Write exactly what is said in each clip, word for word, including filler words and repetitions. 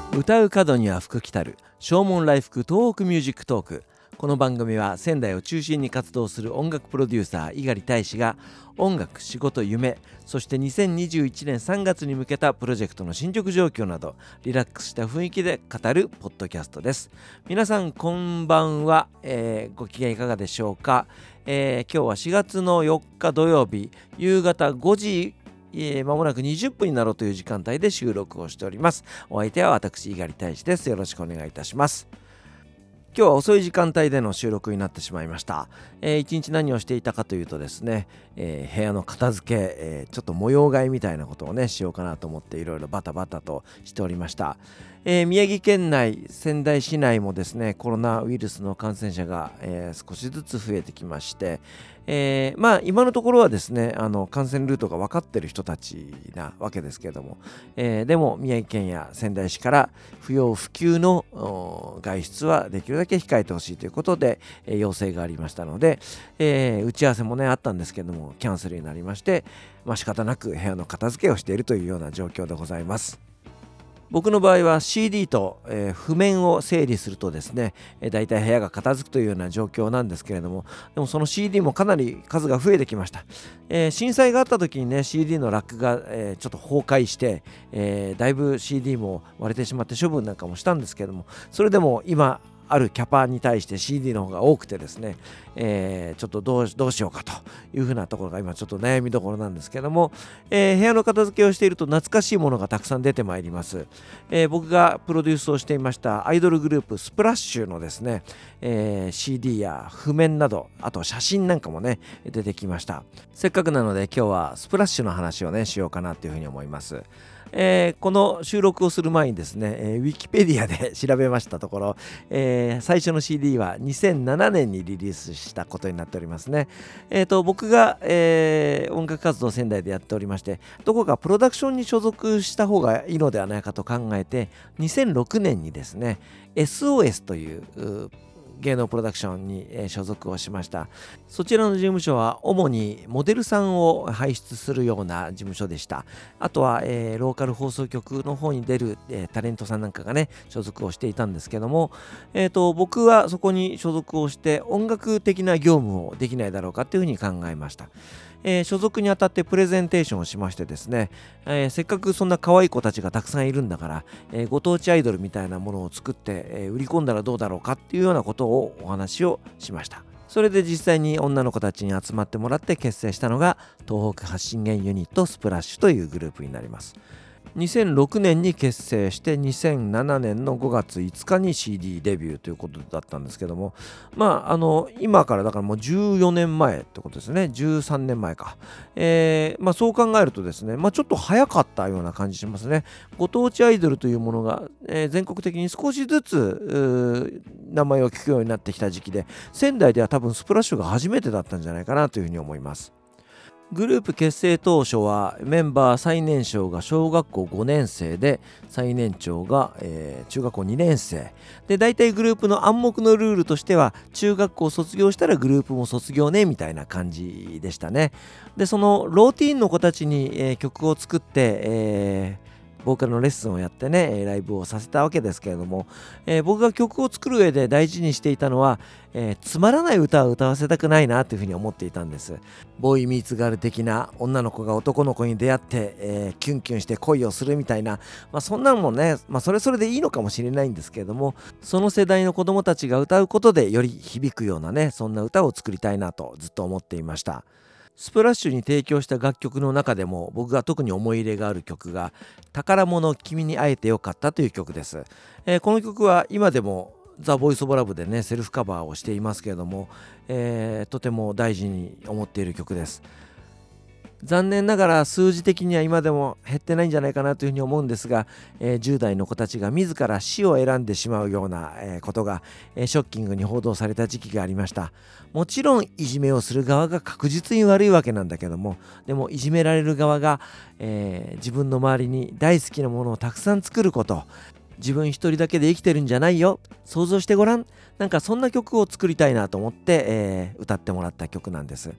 歌う角には福来たる正門来福東北ミュージックトーク。この番組は仙台を中心に活動する音楽プロデューサー猪狩大使が音楽、仕事、夢、そしてにせんにじゅういちねんさんがつに向けたプロジェクトの進捗状況などリラックスした雰囲気で語るポッドキャストです。皆さんこんばんは、えー、ご機嫌いかがでしょうか。えー、今日はしがつのよっか土曜日夕方ごじえー、間もなくにじゅっぷんになろうという時間帯で収録をしております。お相手は私猪狩大使です。よろしくお願いいたします。今日は遅い時間帯での収録になってしまいました。えー、一日何をしていたかというとですね、えー、部屋の片付け、えー、ちょっと模様替えみたいなことをねしようかなと思っていろいろバタバタとしておりました。えー、宮城県内、仙台市内もですねコロナウイルスの感染者が、えー、少しずつ増えてきまして、えー、まあ今のところはですねあの感染ルートが分かっている人たちなわけですけれども、えー、でも宮城県や仙台市から不要不急の外出はできるだけ控えてほしいということで、えー、要請がありましたので、えー、打ち合わせもねあったんですけどもキャンセルになりまして、まあ、仕方なく部屋の片付けをしているというような状況でございます。僕の場合は シーディー と、えー、譜面を整理するとですね、えー、だいたい部屋が片付くというような状況なんですけれども、でもその シーディー もかなり数が増えてきました。えー、震災があった時にね シーディー のラックが、えー、ちょっと崩壊して、えー、だいぶ シーディー も割れてしまって処分なんかもしたんですけども、それでも今あるキャパに対して シーディー の方が多くてですね、えー、ちょっとどう、どうしようかというふうなところが今ちょっと悩みどころなんですけども、えー、部屋の片付けをしていると懐かしいものがたくさん出てまいります。えー、僕がプロデュースをしていましたアイドルグループスプラッシュのですね、えー、シーディー や譜面など、あと写真なんかもね出てきました。せっかくなので今日はスプラッシュの話をねしようかなというふうに思います。えー、この収録をする前にですね、えー、ウィキペディアで調べましたところ、えー、最初の シーディー はにせんななねんにリリースしたことになっておりますね。えーと、僕が、えー、音楽活動仙台でやっておりまして、どこかプロダクションに所属した方がいいのではないかと考えて、にせんろくねんにですね エスオーエス という芸能プロダクションに、えー、所属をしました。そちらの事務所は主にモデルさんを輩出するような事務所でした。あとは、えー、ローカル放送局の方に出る、えー、タレントさんなんかがね所属をしていたんですけども、えーと、僕はそこに所属をして音楽的な業務をできないだろうかというふうに考えました。えー、所属にあたってプレゼンテーションをしましてですね、えー、せっかくそんな可愛い子たちがたくさんいるんだから、えー、ご当地アイドルみたいなものを作って、えー、売り込んだらどうだろうかっていうようなことをお話をしました。それで実際に女の子たちに集まってもらって結成したのが東北発信源ユニットスプラッシュというグループになります。にせんろくねんに結成してにせんななねんのごがついつかに シーディー デビューということだったんですけども、まああの今からだからもうじゅうよねんまえってことですね。じゅうさんねんまえか、えーまあ、そう考えるとですね、まあ、ちょっと早かったような感じしますね。ご当地アイドルというものが、えー、全国的に少しずつ名前を聞くようになってきた時期で、仙台では多分スプラッシュが初めてだったんじゃないかなというふうに思います。グループ結成当初はメンバー最年少が小学校ごねんせいで最年長が、えー、中学校にねんせいで、大体グループの暗黙のルールとしては中学校卒業したらグループも卒業ねみたいな感じでしたね。でそのローティーンの子たちに、えー、曲を作って、えーボーカルのレッスンをやってねライブをさせたわけですけれども、えー、僕が曲を作る上で大事にしていたのは、えー、つまらない歌を歌わせたくないなというふうに思っていたんです。ボーイミーツガール的な女の子が男の子に出会って、えー、キュンキュンして恋をするみたいな、まあ、そんなのもね、まあ、それそれでいいのかもしれないんですけれども、その世代の子供たちが歌うことでより響くようなねそんな歌を作りたいなとずっと思っていました。スプラッシュに提供した楽曲の中でも僕が特に思い入れがある曲が宝物君に会えてよかったという曲です。えー、この曲は今でもザ・ボイス・オブ・ラブでねセルフカバーをしていますけれども、えー、とても大事に思っている曲です。残念ながら数字的には今でも減ってないんじゃないかなというふうに思うんですが、えー、じゅう代の子たちが自ら死を選んでしまうような、えー、ことが、えー、ショッキングに報道された時期がありました。もちろんいじめをする側が確実に悪いわけなんだけども、でもいじめられる側が、えー、自分の周りに大好きなものをたくさん作ること、自分一人だけで生きてるんじゃないよ、想像してごらん、なんかそんな曲を作りたいなと思って、えー、歌ってもらった曲なんです。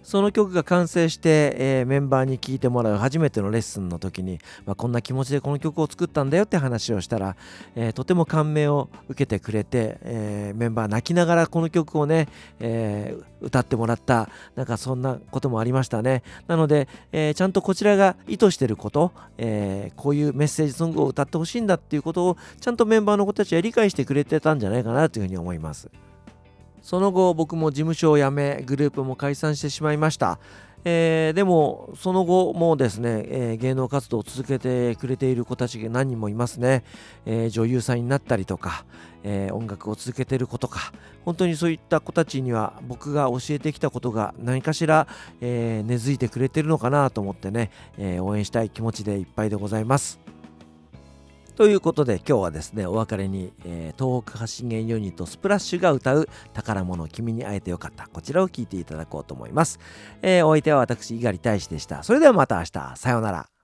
その曲が完成して、えーメンバーに聴いてもらう初めてのレッスンの時に、まあ、こんな気持ちでこの曲を作ったんだよって話をしたら、えーとても感銘を受けてくれて、えーメンバー泣きながらこの曲をね、えー歌ってもらった、なんかそんなこともありましたね。なので、えーちゃんとこちらが意図してること、えーこういうメッセージソングを歌ってほしいんだっていうことをちゃんとメンバーの子たちは理解してくれてたんじゃないかなというふうに思います。その後僕も事務所を辞めグループも解散してしまいました。えーでもその後もですね、えー芸能活動を続けてくれている子たちが何人もいますね。えー女優さんになったりとか、えー音楽を続けている子とか、本当にそういった子たちには僕が教えてきたことが何かしら、えー根付いてくれてるのかなと思ってね、えー応援したい気持ちでいっぱいでございます。ということで今日はですね、お別れに、えー東北発信源ユニットスプラッシュが歌う宝物君に会えてよかった、こちらを聴いていただこうと思います。えーお相手は私猪狩大志でした。それではまた明日、さようなら。